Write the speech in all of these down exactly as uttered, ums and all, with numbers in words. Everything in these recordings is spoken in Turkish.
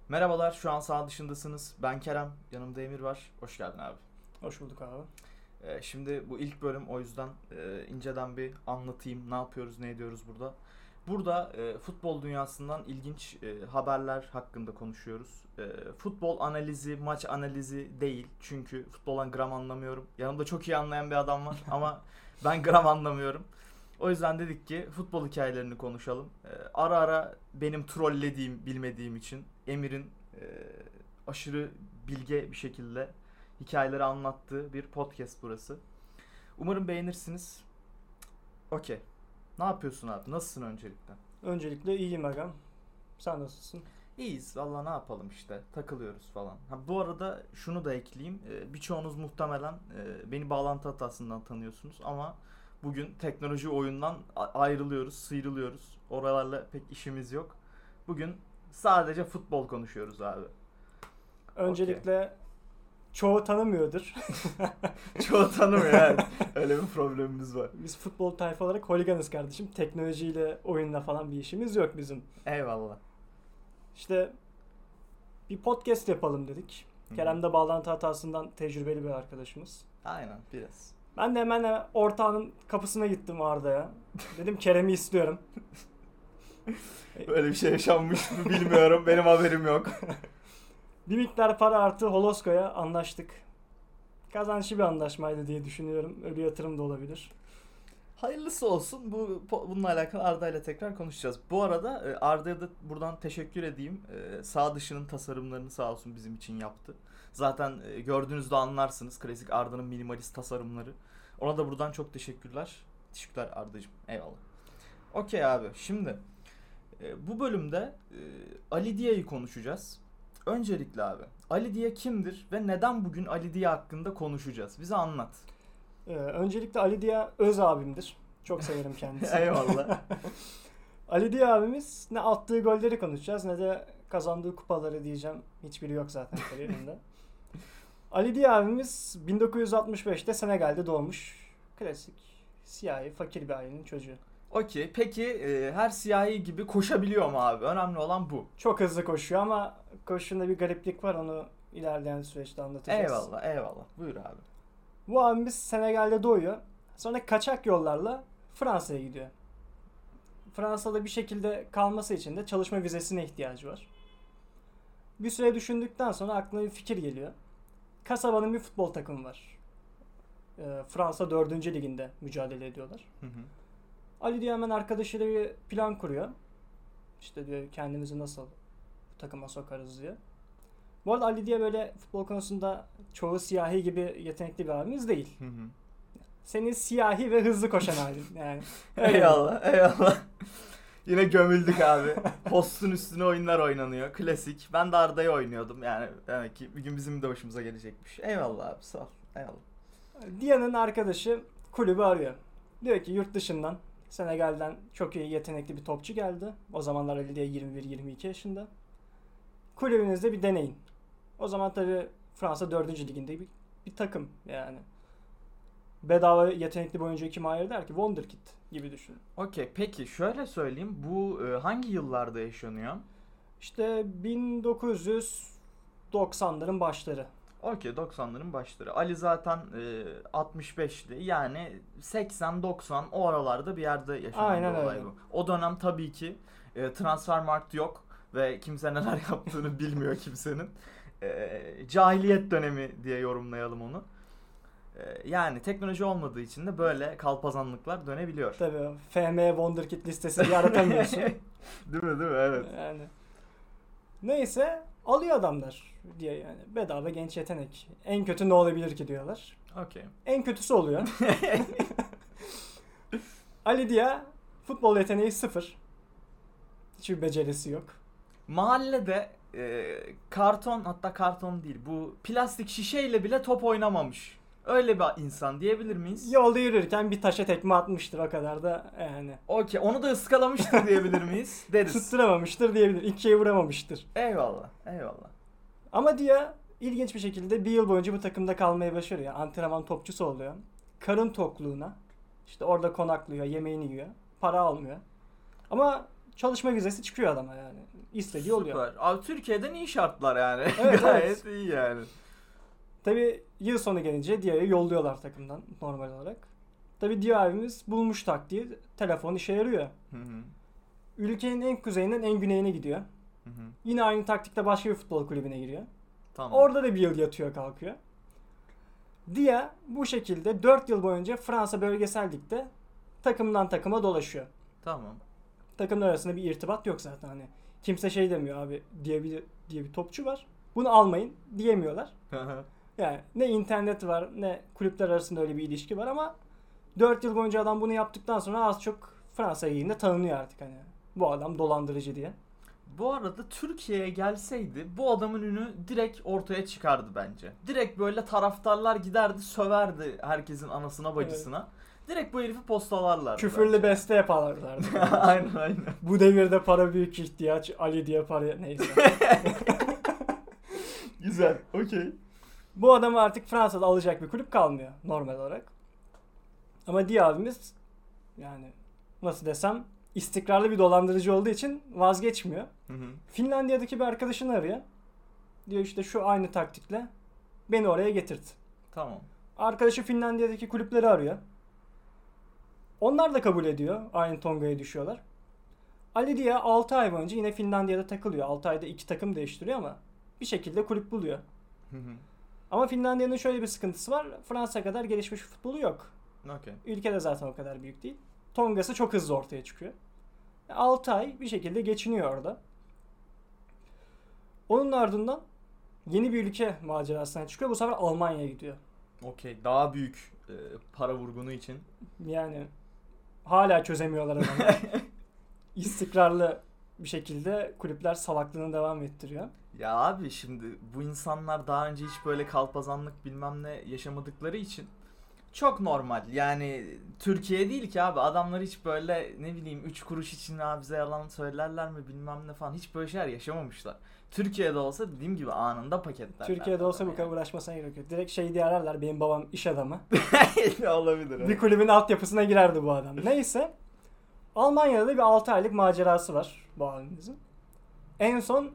Merhabalar, şu an sağ dışındasınız. Ben Kerem, yanımda Emir var. Hoş geldin abi. Hoş bulduk abi. Ee, şimdi bu ilk bölüm, o yüzden e, inceden bir anlatayım. Ne yapıyoruz, ne ediyoruz burada. Burada e, futbol dünyasından ilginç e, haberler hakkında konuşuyoruz. E, futbol analizi, maç analizi değil. Çünkü futboldan gram anlamıyorum. Yanımda çok iyi anlayan bir adam var ama ben gram anlamıyorum. O yüzden dedik ki futbol hikayelerini konuşalım. E, ara ara benim trollediğim, bilmediğim için Emir'in e, aşırı bilge bir şekilde hikayeleri anlattığı bir podcast burası. Umarım beğenirsiniz. Okey. Ne yapıyorsun abi? Nasılsın öncelikle? Öncelikle iyiyim agam. Sen nasılsın? İyiyiz. Valla ne yapalım işte. Takılıyoruz falan. Ha, bu arada şunu da ekleyeyim. Ee, birçoğunuz muhtemelen e, beni bağlantı hatasından tanıyorsunuz ama bugün teknoloji oyundan ayrılıyoruz, sıyrılıyoruz. Oralarla pek işimiz yok. Bugün sadece futbol konuşuyoruz abi. Öncelikle okay. Çoğu tanımıyordur. Çoğu tanımıyor evet. Öyle bir problemimiz var. Biz futbol tayfa olarak holiganız kardeşim. Teknolojiyle, oyunla falan bir işimiz yok bizim. Eyvallah. İşte bir podcast yapalım dedik. Hı-hı. Kerem de bağlantı hatasından tecrübeli bir arkadaşımız. Aynen biraz. Ben de hemen ortağının kapısına gittim Arda'ya. Dedim Kerem'i istiyorum. Böyle bir şey yaşanmış mı bilmiyorum. Benim haberim yok. Bir miktar para artı Holosko'ya anlaştık. Kazançlı bir anlaşmaydı diye düşünüyorum. Öyle yatırım da olabilir. Hayırlısı olsun. Bu bununla alakalı Arda ile tekrar konuşacağız. Bu arada Arda'ya da buradan teşekkür edeyim. Sağ dışının tasarımlarını sağ olsun bizim için yaptı. Zaten gördüğünüzde anlarsınız. Klasik Arda'nın minimalist tasarımları. Ona da buradan çok teşekkürler. Teşekkürler Arda'cığım. Eyvallah. Okey abi. Şimdi bu bölümde Ali Dia'yı konuşacağız. Öncelikle abi, Ali Dia kimdir ve neden bugün Ali Dia hakkında konuşacağız? Bize anlat. Ee, öncelikle Ali Dia öz abimdir. Çok severim kendisini. Eyvallah. Ali Dia abimiz ne attığı golleri konuşacağız ne de kazandığı kupaları diyeceğim. Hiçbiri yok zaten kariyerinde. Ali Dia abimiz bin dokuz yüz altmış beşte Senegal'de doğmuş. Klasik, siyahi, fakir bir ailenin çocuğu. Okey. Peki e, her siyahi gibi koşabiliyor mu abi? Önemli olan bu. Çok hızlı koşuyor ama koşunda bir gariplik var. Onu ilerleyen süreçte anlatacağız. Eyvallah eyvallah. Buyur abi. Bu abimiz Senegal'de doğuyor. Sonra kaçak yollarla Fransa'ya gidiyor. Fransa'da bir şekilde kalması için de çalışma vizesine ihtiyacı var. Bir süre düşündükten sonra aklına bir fikir geliyor. Kasabanın bir futbol takımı var. Ee, Fransa dördüncü liginde mücadele ediyorlar. Hı hı. Ali diyor hemen arkadaşıyla bir plan kuruyor. İşte diyor kendimizi nasıl bu takıma sokarız diye. Bu arada Ali diye böyle futbol konusunda çoğu siyahi gibi yetenekli bir abimiz değil. Hı hı. Senin siyahi ve hızlı koşan halin yani. Eyvallah eyvallah. Yine gömüldük abi. Postun üstüne oyunlar oynanıyor. Klasik. Ben de Arda'yı oynuyordum. Yani demek ki bir gün bizim de başımıza gelecekmiş. Eyvallah abi sağ ol. Eyvallah. Dia'nın arkadaşı kulübü arıyor. Diyor ki yurt dışından Senegal'den çok iyi yetenekli bir topçu geldi. O zamanlar Ali Dia yirmi bir yirmi iki yaşında. Kulübünüzde bir deneyin. O zaman tabii Fransa dördüncü liginde bir, bir takım yani. Bedava yetenekli bir oyuncuyu kim hayır der ki? Wonderkid gibi düşün. Okey peki şöyle söyleyeyim. Bu e, hangi yıllarda yaşanıyor? İşte bin dokuz yüz doksanların başları. Okey doksanların başları. Ali zaten e, altmış beşli yani seksen doksan o aralarda bir yerde yaşanan Aynen bir olay öyle. bu. O dönem tabii ki e, Transfermarkt yok ve kimse neler yaptığını bilmiyor kimsenin. E, cahiliyet dönemi diye yorumlayalım onu. E, yani teknoloji olmadığı için de böyle kalpazanlıklar dönebiliyor. Tabii F M Wonderkid listesi yaratamıyorsun. Değil mi değil mi evet. Yani. Neyse alıyor adamlar diye yani bedava genç yetenek. En kötü ne olabilir ki diyorlar. Okay. En kötüsü oluyor. Ali Dia futbol yeteneği sıfır. Hiçbir becerisi yok. Mahallede e, karton hatta karton değil bu plastik şişeyle bile top oynamamış. Öyle bir insan diyebilir miyiz? Yolda yürürken bir taşa tekme atmıştır o kadar da yani. Okey onu da ıskalamıştır diyebilir miyiz? Deriz. Tutturamamıştır diyebilir. İlk şeyi vuramamıştır. Eyvallah eyvallah. Ama Dia ilginç bir şekilde bir yıl boyunca bu takımda kalmayı başarıyor. Antrenman topçusu oluyor. Karın tokluğuna işte orada konaklıyor, yemeğini yiyor. Para almıyor. Ama çalışma vizesi çıkıyor adama yani. İstediği oluyor. Süper. Abi Türkiye'den iyi şartlar yani. Evet, Gayet evet. iyi yani. Tabii yıl sonu gelince Dia'yı yolluyorlar takımdan normal olarak. Tabii Dia abimiz bulmuş taktiği. Telefon işe yarıyor. Hı hı. Ülkenin en kuzeyinden en güneyine gidiyor. Hı hı. Yine aynı taktikle başka bir futbol kulübüne giriyor. Tamam. Orada da bir yıl yatıyor kalkıyor. Dia bu şekilde dört yıl boyunca Fransa Bölgesel Lig'de takımdan takıma dolaşıyor. Tamam. Takımlar arasında bir irtibat yok zaten hani. Kimse şey demiyor abi diye bir diye bir topçu var. Bunu almayın diyemiyorlar. Yani ne internet var ne kulüpler arasında öyle bir ilişki var ama dört yıl boyunca adam bunu yaptıktan sonra az çok Fransa Ligi'nde tanınıyor artık hani. Bu adam dolandırıcı diye. Bu arada Türkiye'ye gelseydi bu adamın ünü direkt ortaya çıkardı bence. Direkt böyle taraftarlar giderdi söverdi herkesin anasına bacısına. Evet. Direkt bu herifi postalarlardı. Küfürlü bence. beste yaparlardı. Aynen aynen. Bu devirde para büyük ihtiyaç. Ali diye para neyse. Güzel. Okey. Bu adamı artık Fransa'da alacak bir kulüp kalmıyor normal olarak. Ama Dia abimiz yani nasıl desem istikrarlı bir dolandırıcı olduğu için vazgeçmiyor. Hı hı. Finlandiya'daki bir arkadaşını arıyor. Diyor işte şu aynı taktikle beni oraya getirt. Tamam. Arkadaşı Finlandiya'daki kulüpleri arıyor. Onlar da kabul ediyor. Aynı tongaya düşüyorlar. Ali Dia altı ay boyunca yine Finlandiya'da takılıyor. altı ayda iki takım değiştiriyor ama bir şekilde kulüp buluyor. Hı hı. Ama Finlandiya'nın şöyle bir sıkıntısı var. Fransa kadar gelişmiş futbolu yok. Okay. Ülke de zaten o kadar büyük değil. Tongası çok hızlı ortaya çıkıyor. altı ay bir şekilde geçiniyor orada. Onun ardından yeni bir ülke macerasına çıkıyor. Bu sefer Almanya'ya gidiyor. Okey. Daha büyük e, para vurgunu için. Yani hala çözemiyorlar adamı. İstikrarlı bir şekilde kulüpler salaklığını devam ettiriyor. Ya abi şimdi bu insanlar daha önce hiç böyle kalpazanlık bilmem ne yaşamadıkları için çok normal. Yani Türkiye değil ki abi. Adamlar hiç böyle ne bileyim üç kuruş için abi bize yalan söylerler mi bilmem ne falan. Hiç böyle şeyler yaşamamışlar. Türkiye'de olsa dediğim gibi anında paketlerler. Türkiye'de olsa bu kadar yani. Uğraşmasına gerek yok. Direkt şey diye ararlar. Benim babam iş adamı. Olabilir. Bir kulübün altyapısına girerdi bu adam. Neyse. Almanya'da da bir altı aylık macerası var bu abimizin. En son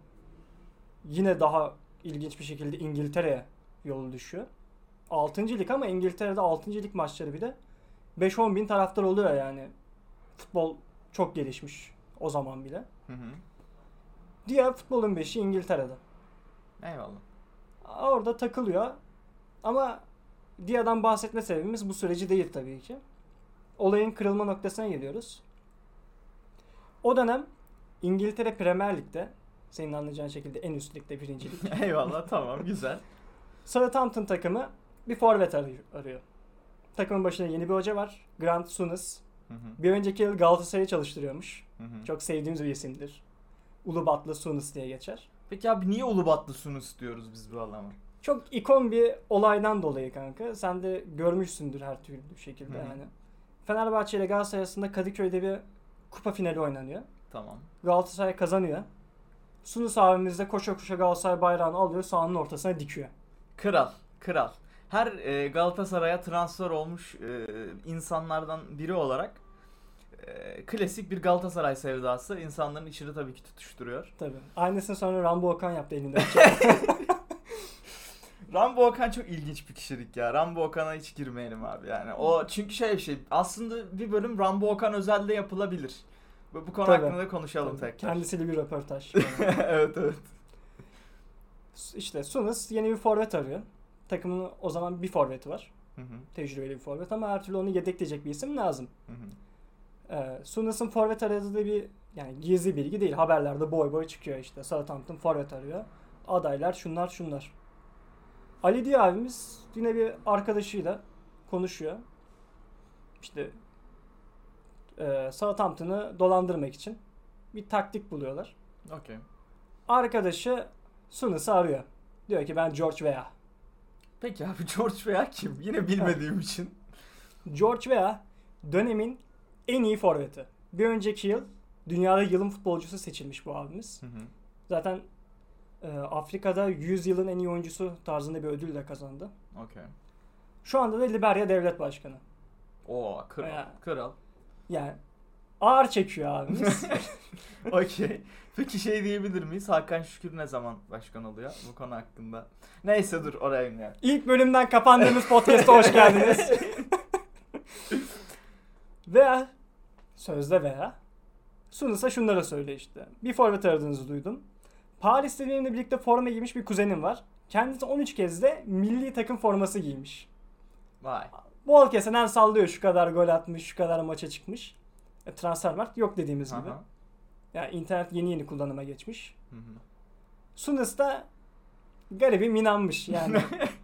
yine daha ilginç bir şekilde İngiltere'ye yolu düşüyor. altıncı lig ama İngiltere'de altıncı lig maçları bir de beş on bin taraftar oluyor yani. Futbol çok gelişmiş o zaman bile. Hı hı. Diğer futbolun beşi İngiltere'de. Eyvallah. Orada takılıyor. Ama Dia'dan bahsetme sebebimiz bu süreci değil tabii ki. Olayın kırılma noktasına geliyoruz. O dönem İngiltere Premier Lig'de, senin anlayacağın şekilde en üst ligde, birinci lig. Eyvallah, tamam, güzel. Southampton takımı bir forvet arıyor. Takımın başında yeni bir hoca var. Grant Souness. Hı hı. Bir önceki yıl Galatasaray'ı çalıştırıyormuş. Hı hı. Çok sevdiğimiz bir isimdir. Ulubatlı Souness diye geçer. Peki abi niye Ulubatlı Souness diyoruz biz bu adama? Çok ikon bir olaydan dolayı kanka. Sen de görmüşsündür her türlü şekilde. Hı-hı. Yani. Fenerbahçe ile Galatasaray arasında Kadıköy'de bir kupa finali oynanıyor. Tamam. Galatasaray kazanıyor. Souness abimiz de koşa koşa Galatasaray bayrağını alıyor, sahanın ortasına dikiyor. Kral, kral. Her e, Galatasaray'a transfer olmuş e, insanlardan biri olarak e, klasik bir Galatasaray sevdası insanların içini tabii ki tutuşturuyor. Tabii. Aynısını sonra Rambo Okan yaptı elinde. Rambo Okan çok ilginç bir kişilik ya. Rambo Okan'a hiç girmeyelim abi yani. O çünkü şey bir şey. Aslında bir bölüm Rambo Okan özelde yapılabilir. Bu konu tabii, hakkında konuşalım tabii. tekrar. Kendisiyle bir röportaj. Evet evet. İşte Souness yeni bir forvet arıyor. Takımın o zaman bir forveti var. Hı hı. Tecrübeli bir forvet ama her türlü onu yedekleyecek bir isim lazım. Hı hı. Ee, Souness'ın forvet aradığı da bir yani gizli bilgi değil. Haberlerde boy boy çıkıyor işte. Southampton forvet arıyor. Adaylar şunlar şunlar. Ali Dia abimiz yine bir arkadaşıyla konuşuyor. İşte e, Southampton'ı dolandırmak için bir taktik buluyorlar. Okay. Arkadaşı Souness'ı arıyor. Diyor ki ben George Weah. Peki abi George Weah kim? Yine bilmediğim için. George Weah dönemin en iyi forveti. Bir önceki yıl dünyada yılın futbolcusu seçilmiş bu abimiz. Hı hı. Zaten e, Afrika'da yüz yılın en iyi oyuncusu tarzında bir ödül de kazandı. Okay. Şu anda da Liberya devlet başkanı. Oo kral. Yani, kral. yani Ağır çekiyor abimiz. Okey. Peki şey diyebilir miyiz? Hakan Şükür ne zaman başkan oluyor bu konu hakkında? Neyse dur oraya iniyor. İlk bölümden kapandığımız podcast'a hoş geldiniz. Veya sözde veya Sunus'a şunları söyle işte. Bir forvet aradığınızı duydum. Paris'te benimle birlikte forma giymiş bir kuzenim var. Kendisi on üç kez de milli takım forması giymiş. Vay. Bol kesenen sallıyor, şu kadar gol atmış, şu kadar maça çıkmış. E, Transfermarkt yok dediğimiz gibi. Aha. Yani internet yeni yeni kullanıma geçmiş. Hı hı. Sunus da garibim inanmış yani.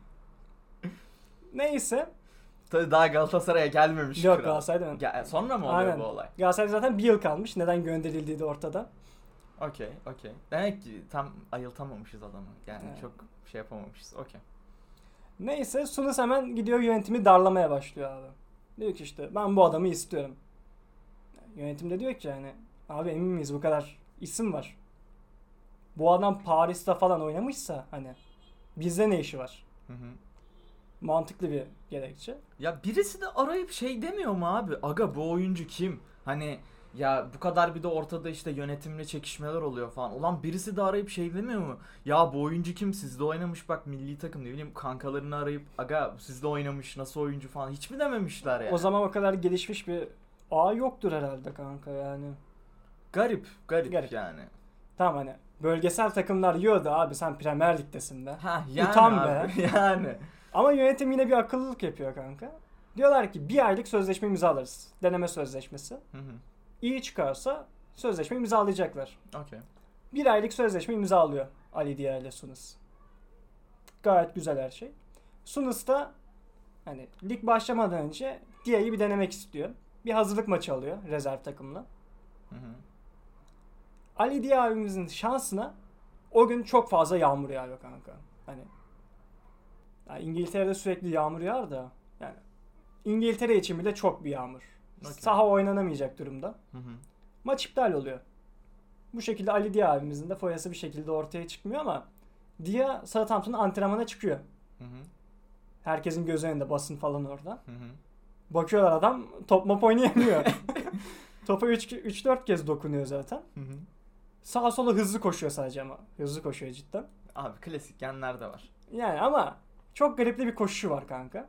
Neyse. Tabii daha Galatasaray'a gelmemiş. Yok kral. Galatasaray'da mı? Gel- sonra mı oluyor Aynen. bu olay? Galatasaray'da zaten bir yıl kalmış. Neden gönderildiği de ortada. Okey, okey. Demek ki tam ayıltamamışız adamı. Yani Evet. çok şey yapamamışız. Okey. Neyse Sunus hemen gidiyor yönetimi darlamaya başlıyor abi. Diyor ki işte ben bu adamı istiyorum. Yönetim de diyor ki yani abi emin miyiz bu kadar isim var. Bu adam Paris'te falan oynamışsa hani bizde ne işi var? Hı hı. Mantıklı bir gerekçe. Ya birisi de arayıp şey demiyor mu abi? Aga bu oyuncu kim? Hani ya bu kadar bir de ortada işte yönetimle çekişmeler oluyor falan. Ulan birisi de arayıp şey demiyor mu? Ya bu oyuncu kim? Sizde oynamış bak milli takım, ne bileyim kankalarını arayıp aga sizde oynamış nasıl oyuncu falan hiç mi dememişler yani? O zaman o kadar gelişmiş bir ağ yoktur herhalde kanka yani. Garip, garip, Garip. yani. Tamam hani bölgesel takımlar yiyor da abi sen Premier Lig'desin be. Ha yani Utan abi, be. yani. Ama yönetim yine bir akıllılık yapıyor kanka. Diyorlar ki bir aylık sözleşme imzalarız. Deneme sözleşmesi. Hı hı. İyi çıkarsa sözleşme imzalayacaklar. Okey. Bir aylık sözleşme imzalıyor Ali Dia ile Sunus. Gayet güzel her şey. Sunus da hani lig başlamadan önce Dia'yı bir denemek istiyor. Bir hazırlık maçı alıyor rezerv takımla. Hı hı. Ali Dia abimizin şansına o gün çok fazla yağmur yağıyor kanka. Hani yani İngiltere'de sürekli yağmur yağar da yani İngiltere için bile çok bir yağmur. Okay. Saha oynanamayacak durumda. Hı hı. Maç iptal oluyor. Bu şekilde Ali Dia abimizin de foyası bir şekilde ortaya çıkmıyor ama Dia Southampton'un antrenmana çıkıyor. Hı hı. Herkesin göz önünde, basın falan orada. Hı hı. Bakıyorlar adam top mop oynayamıyor. Topa üç dört kez dokunuyor zaten. Hı hı. Sağa sola hızlı koşuyor sadece ama. Hızlı koşuyor cidden. Abi klasik genler de var. Yani ama çok garipli bir koşuşu var kanka.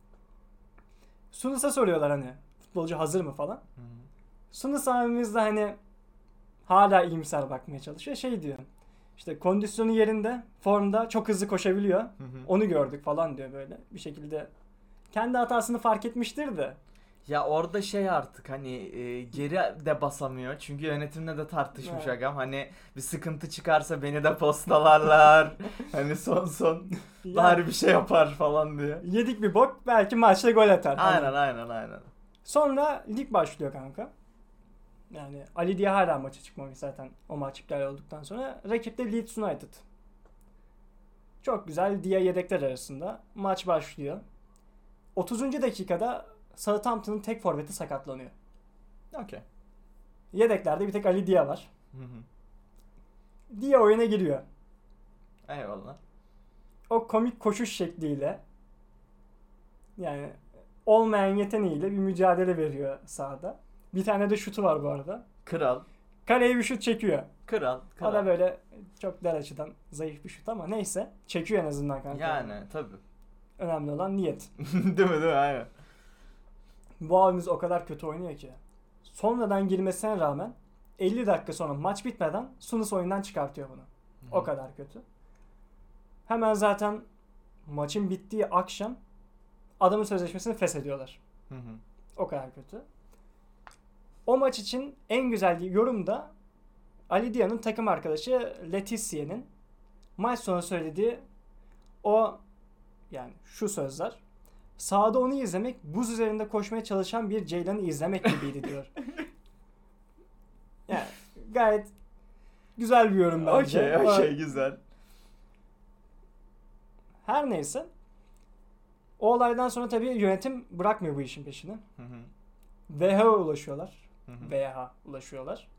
Sunus'a soruyorlar hani futbolcu hazır mı falan. Hı hı. Sunus abimiz de hani hala iyimser bakmaya çalışıyor. Şey diyor. İşte kondisyonu yerinde, formda, çok hızlı koşabiliyor. Hı hı. Onu gördük falan diyor böyle. Bir şekilde kendi hatasını fark etmiştir de. Ya orada şey artık hani e, geri de basamıyor. Çünkü yönetimle de tartışmış Evet. agam. Hani bir sıkıntı çıkarsa beni de postalarlar. Hani son son bari bir şey yapar falan diye. Yedik bir bok belki maçta gol atar. Hani. Aynen aynen aynen. Sonra lig başlıyor kanka. Yani Ali diye hala maça çıkmamış zaten o maç iptal olduktan sonra. Rakip de Leeds United. Çok güzel diye yedekler arasında. Maç başlıyor. otuzuncu dakikada Southampton'ın tek forveti sakatlanıyor. Okey. Yedeklerde bir tek Ali Dia var. Hı hı. Dia oyuna giriyor. Eyvallah. O komik koşuş şekliyle yani olmayan yeteneğiyle bir mücadele veriyor sahada. Bir tane de şutu var bu arada. Kral. Kaleye bir şut çekiyor. Kral. Kral. O da böyle çok dar açıdan zayıf bir şut ama neyse. Çekiyor en azından kanka. Yani tabii. Önemli olan niyet. değil mi değil mi? Aynen. Bu abimiz o kadar kötü oynuyor ki. Sonradan girmesine rağmen elli dakika sonra maç bitmeden Sunus oyundan çıkartıyor bunu. Hı hı. O kadar kötü. Hemen zaten maçın bittiği akşam adamın sözleşmesini feshediyorlar. Hı hı. O kadar kötü. O maç için en güzel yorum da Ali Dia'nın takım arkadaşı Letizier'in maç sonu söylediği o yani şu sözler. Sahada onu izlemek buz üzerinde koşmaya çalışan bir ceylanı izlemek gibiydi diyor. Yani gayet güzel bir yorum bence. Okey okey güzel. Her neyse. O olaydan sonra tabii yönetim bırakmıyor bu işin peşini. Hı hı. V H'ye ulaşıyorlar. Hı hı. V H ulaşıyorlar.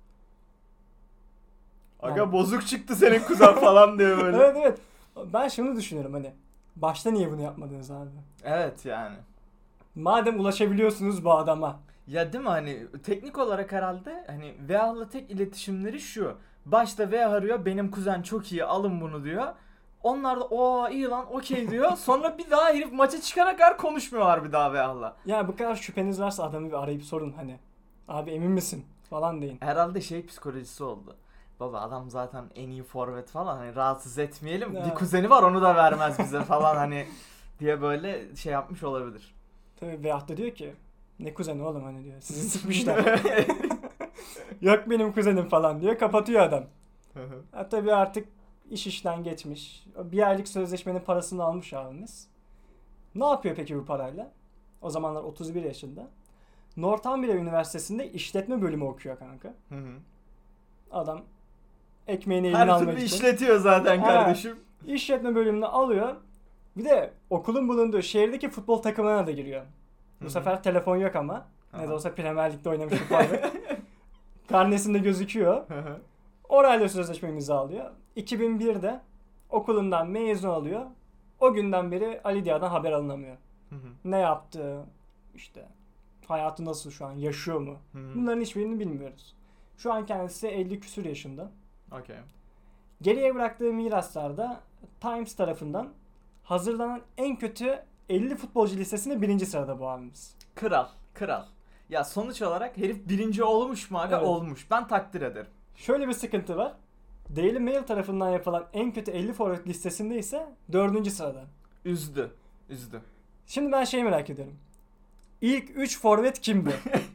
Aga Yani- bozuk çıktı senin kuzen falan diyor böyle. Evet evet. Ben şunu düşünüyorum hani. Başta niye bunu yapmadınız abi? Evet yani. Madem ulaşabiliyorsunuz bu adama. Ya değil mi, hani teknik olarak herhalde hani V A'la tek iletişimleri şu. Başta V A arıyor, benim kuzen çok iyi, alın bunu diyor. Onlar da o iyi lan, okey diyor. Sonra bir daha herif maça çıkana kadar konuşmuyorlar bir daha V A'la. Ya bu kadar şüpheniz varsa adamı bir arayıp sorun hani. Abi emin misin falan deyin. Herhalde şey psikolojisi oldu. Baba adam zaten en iyi forvet falan, hani rahatsız etmeyelim. Ya. Bir kuzeni var, onu da vermez bize falan hani diye böyle şey yapmış olabilir. Tabii veyahut da diyor ki ne kuzeni oğlum hani diyor. Sizi sıkmışlar. Yok benim kuzenim falan diyor. Kapatıyor adam. Ha, tabii artık iş işten geçmiş. Bir aylık sözleşmenin parasını almış abimiz. Ne yapıyor peki bu parayla? O zamanlar otuz bir yaşında. Northumbria Üniversitesi'nde işletme bölümü okuyor kanka. Hı hı. Adam ekmeğini eline Her almak türlü için. işletiyor zaten Ha. kardeşim. İşletme bölümünü alıyor. Bir de okulun bulunduğu şehirdeki futbol takımına da giriyor. Bu Hı hı. sefer telefon yok ama. Aha. Ne de olsa Premier Lig'de oynamış bir forvet. Karnesinde gözüküyor. Hı hı. Orayla sözleşme imzalıyor. iki bin birde okulundan mezun oluyor. O günden beri Ali Dia'dan haber alınamıyor. Hı hı. Ne yaptı? İşte hayatı nasıl şu an? Yaşıyor mu? Hı hı. Bunların hiçbirini bilmiyoruz. Şu an kendisi elli küsur yaşında. Okey. Geriye bıraktığı miraslarda Times tarafından hazırlanan en kötü elli futbolcu listesinde birinci sırada bu abimiz. Kral, kral. Ya sonuç olarak herif birinci olmuş mu aga? Evet. Olmuş. Ben takdir ederim. Şöyle bir sıkıntı var. Daily Mail tarafından yapılan en kötü elli forvet listesinde ise dördüncü sırada. Üzdü. Üzdü. Şimdi ben şeyi merak ediyorum. İlk üç forvet kimdi?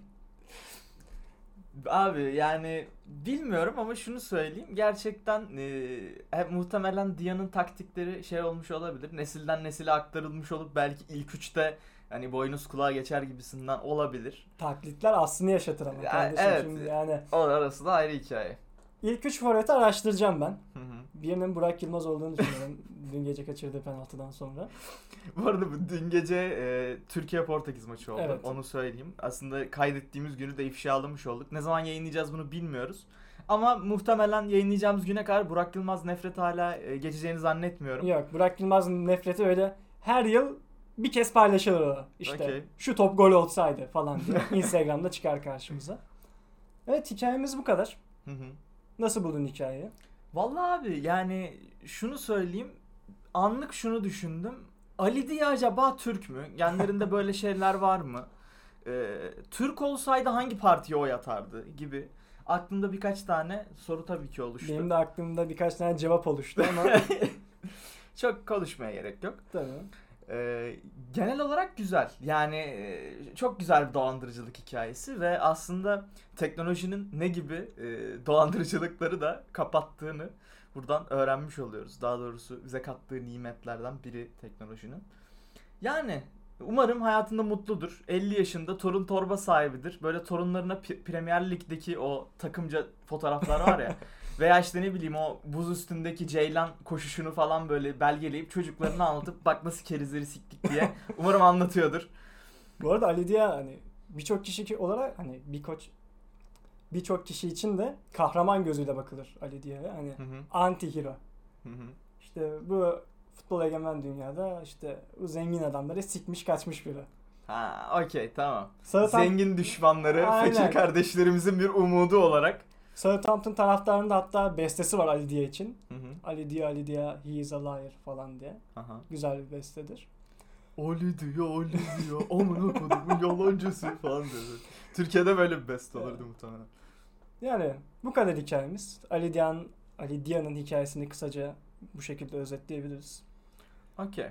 Abi yani bilmiyorum ama şunu söyleyeyim. Gerçekten e, he- muhtemelen Dia'nın taktikleri şey olmuş olabilir. Nesilden nesile aktarılmış olup belki ilk üçte hani boynuz kulağa geçer gibisinden olabilir. Taklitler aslını yaşatır ama Ya, kardeşim evet. şimdi yani. O arası da ayrı hikaye. İlk üç forveti araştıracağım ben. Hı hı. Birinin Burak Yılmaz olduğunu düşünüyorum. Dün gece kaçırdığı penaltıdan sonra. Bu arada bu dün gece e, Türkiye-Portekiz maçı oldu. Evet. Onu söyleyeyim. Aslında kaydettiğimiz günü de ifşalamış olduk. Ne zaman yayınlayacağız bunu bilmiyoruz. Ama muhtemelen yayınlayacağımız güne kadar Burak Yılmaz nefret hala e, geçeceğini zannetmiyorum. Yok, Burak Yılmaz'ın nefreti öyle her yıl bir kez paylaşılır o. İşte Okey. şu top gol olsaydı falan diye Instagram'da çıkar karşımıza. Evet, hikayemiz bu kadar. Hı hı. Nasıl buldun hikayeyi? Vallahi abi yani şunu söyleyeyim. Anlık şunu düşündüm. Ali Dia acaba Türk mü? Genlerinde böyle şeyler var mı? Ee, Türk olsaydı hangi partiye oy atardı gibi. Aklımda birkaç tane soru tabii ki oluştu. Benim de aklımda birkaç tane cevap oluştu ama Çok konuşmaya gerek yok. tabii. Ee, genel olarak güzel. Yani e, çok güzel bir dolandırıcılık hikayesi ve aslında teknolojinin ne gibi e, dolandırıcılıkları da kapattığını buradan öğrenmiş oluyoruz. Daha doğrusu bize kattığı nimetlerden biri teknolojinin. Yani umarım hayatında mutludur. elli yaşında torun torba sahibidir. Böyle torunlarına P- Premier Lig'deki o takımca fotoğraflar var ya. Veya işte ne bileyim o buz üstündeki ceylan koşuşunu falan böyle belgeleyip çocuklarına anlatıp bak nasıl kerizleri siktik diye. Umarım anlatıyordur. Bu arada Ali Dia hani birçok kişi ki- olarak hani bir koç birçok kişi için de kahraman gözüyle bakılır Ali Dia'ya. Hani Hı hı, anti hero. hı hı. İşte bu futbol egemen dünyada işte bu zengin adamları sikmiş kaçmış biri. Ha, okey, tamam. Southampton, Zengin düşmanları, Aynen. fakir kardeşlerimizin bir umudu olarak. Southampton taraftarında hatta bestesi var Ali Dia için. Hı hı. Ali Dia, Ali Dia, he is a liar falan diye. Aha. Güzel bir bestedir. Ali diyor, Ali diyor, amına kodumun yalancısı falan diyor. Türkiye'de böyle bir beste olurdu muhtemelen. Yani bu kadar hikayemiz. Ali Dia'nın Ali Dia'nın hikayesini kısaca bu şekilde özetleyebiliriz. Okey.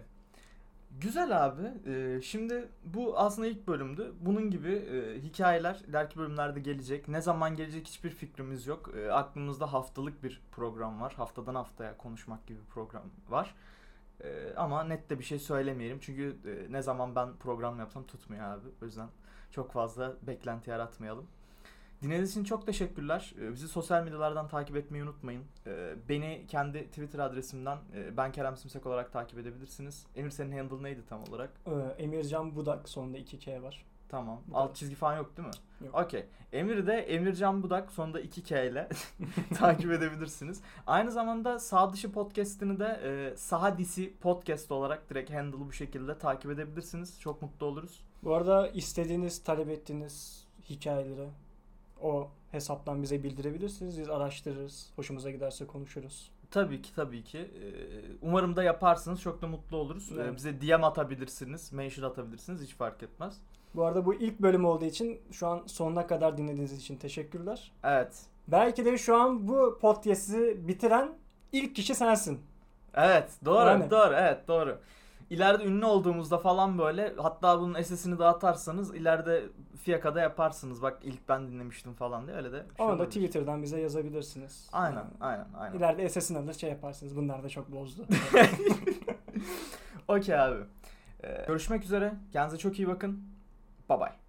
Güzel abi. Ee, şimdi bu aslında ilk bölümdü. Bunun gibi e, hikayeler ileriki bölümlerde gelecek. Ne zaman gelecek hiçbir fikrimiz yok. E, aklımızda haftalık bir program var. Haftadan haftaya konuşmak gibi bir program var. E, ama net de bir şey söylemeyelim. Çünkü e, ne zaman ben program yapsam tutmuyor abi. O yüzden çok fazla beklenti yaratmayalım. Dinlediğiniz için çok teşekkürler. Ee, Bizi sosyal medyalardan takip etmeyi unutmayın. Ee, Beni kendi Twitter adresimden e, ben Kerem Simsek olarak takip edebilirsiniz. Emir, senin handle neydi tam olarak? Ee, Emircan Budak sonunda iki K var. Tamam. Bu Alt kadar. çizgi falan yok değil mi? Yok. Okey. Emir de Emircan Budak sonunda iki K ile takip edebilirsiniz. Aynı zamanda Sağ Dışı Podcast'ını da e, Saha Disi Podcast olarak direkt handle'ı bu şekilde takip edebilirsiniz. Çok mutlu oluruz. Bu arada istediğiniz, talep ettiğiniz hikayeleri o hesaptan bize bildirebilirsiniz. Biz araştırırız. Hoşumuza giderse konuşuruz. Tabii ki tabii ki. Ee, Umarım da yaparsınız. Çok da mutlu oluruz. Ee, Evet. Bize D M atabilirsiniz. Mention atabilirsiniz. Hiç fark etmez. Bu arada bu ilk bölüm olduğu için şu an sonuna kadar dinlediğiniz için teşekkürler. Evet. Belki de şu an bu podcast'i bitiren ilk kişi sensin. Evet. Doğru. Aynen. Doğru. Evet. Doğru. İleride ünlü olduğumuzda falan böyle, hatta bunun S S'ini dağıtarsanız ileride Fiyaka'da yaparsınız. Bak ilk ben dinlemiştim falan diye, öyle de bir şey Onu da olabilir. Twitter'dan bize yazabilirsiniz. Aynen. Yani Aynen. Aynen. İleride S S'ini alır şey yaparsınız. Bunlar da çok bozdu. Okey abi. Ee, görüşmek üzere. Kendinize çok iyi bakın. Bye bye.